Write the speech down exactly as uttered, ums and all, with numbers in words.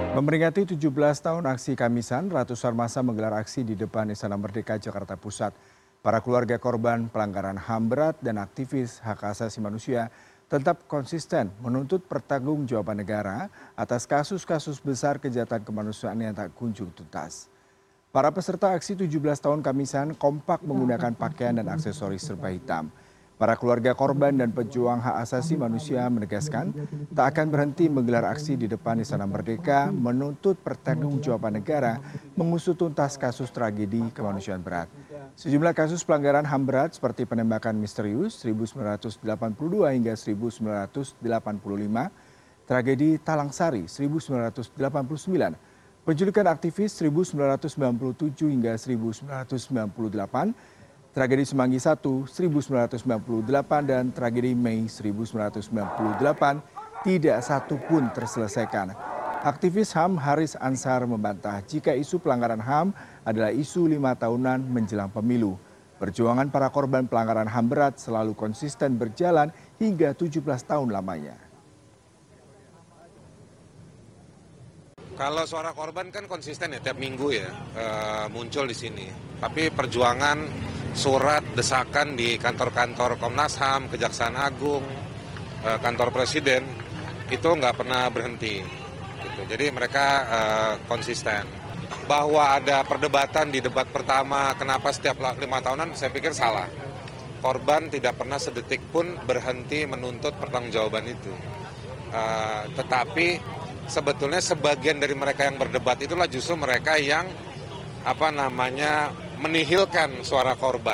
Memperingati tujuh belas tahun aksi Kamisan, ratusan massa menggelar aksi di depan Istana Merdeka, Jakarta Pusat. Para keluarga korban pelanggaran H A M berat dan aktivis hak asasi manusia tetap konsisten menuntut pertanggungjawaban negara atas kasus-kasus besar kejahatan kemanusiaan yang tak kunjung tuntas. Para peserta aksi tujuh belas tahun Kamisan kompak menggunakan pakaian dan aksesoris serba hitam. Para keluarga korban dan pejuang hak asasi manusia menegaskan tak akan berhenti menggelar aksi di depan Istana Merdeka menuntut pertanggungjawaban negara mengusut tuntas kasus tragedi kemanusiaan berat. Sejumlah kasus pelanggaran H A M berat seperti penembakan misterius seribu sembilan ratus delapan puluh dua hingga seribu sembilan ratus delapan puluh lima, tragedi Talang Sari seribu sembilan ratus delapan puluh sembilan, penculikan aktivis seribu sembilan ratus sembilan puluh tujuh hingga seribu sembilan ratus sembilan puluh delapan, tragedi Semanggi satu seribu sembilan ratus sembilan puluh delapan dan tragedi Mei seribu sembilan ratus sembilan puluh delapan tidak satu pun terselesaikan. Aktivis H A M Haris Ansar membantah jika isu pelanggaran H A M adalah isu lima tahunan menjelang pemilu. Perjuangan para korban pelanggaran H A M berat selalu konsisten berjalan hingga tujuh belas tahun lamanya. Kalau suara korban kan konsisten ya, tiap minggu ya e, muncul di sini. Tapi perjuangan surat desakan di kantor-kantor Komnas H A M, Kejaksaan Agung, e, kantor Presiden itu nggak pernah berhenti. Gitu. Jadi mereka e, konsisten. Bahwa ada perdebatan di debat pertama kenapa setiap lima tahunan, saya pikir salah. Korban tidak pernah sedetik pun berhenti menuntut pertanggungjawaban itu. E, tetapi sebetulnya sebagian dari mereka yang berdebat itulah justru mereka yang apa namanya menihilkan suara korban.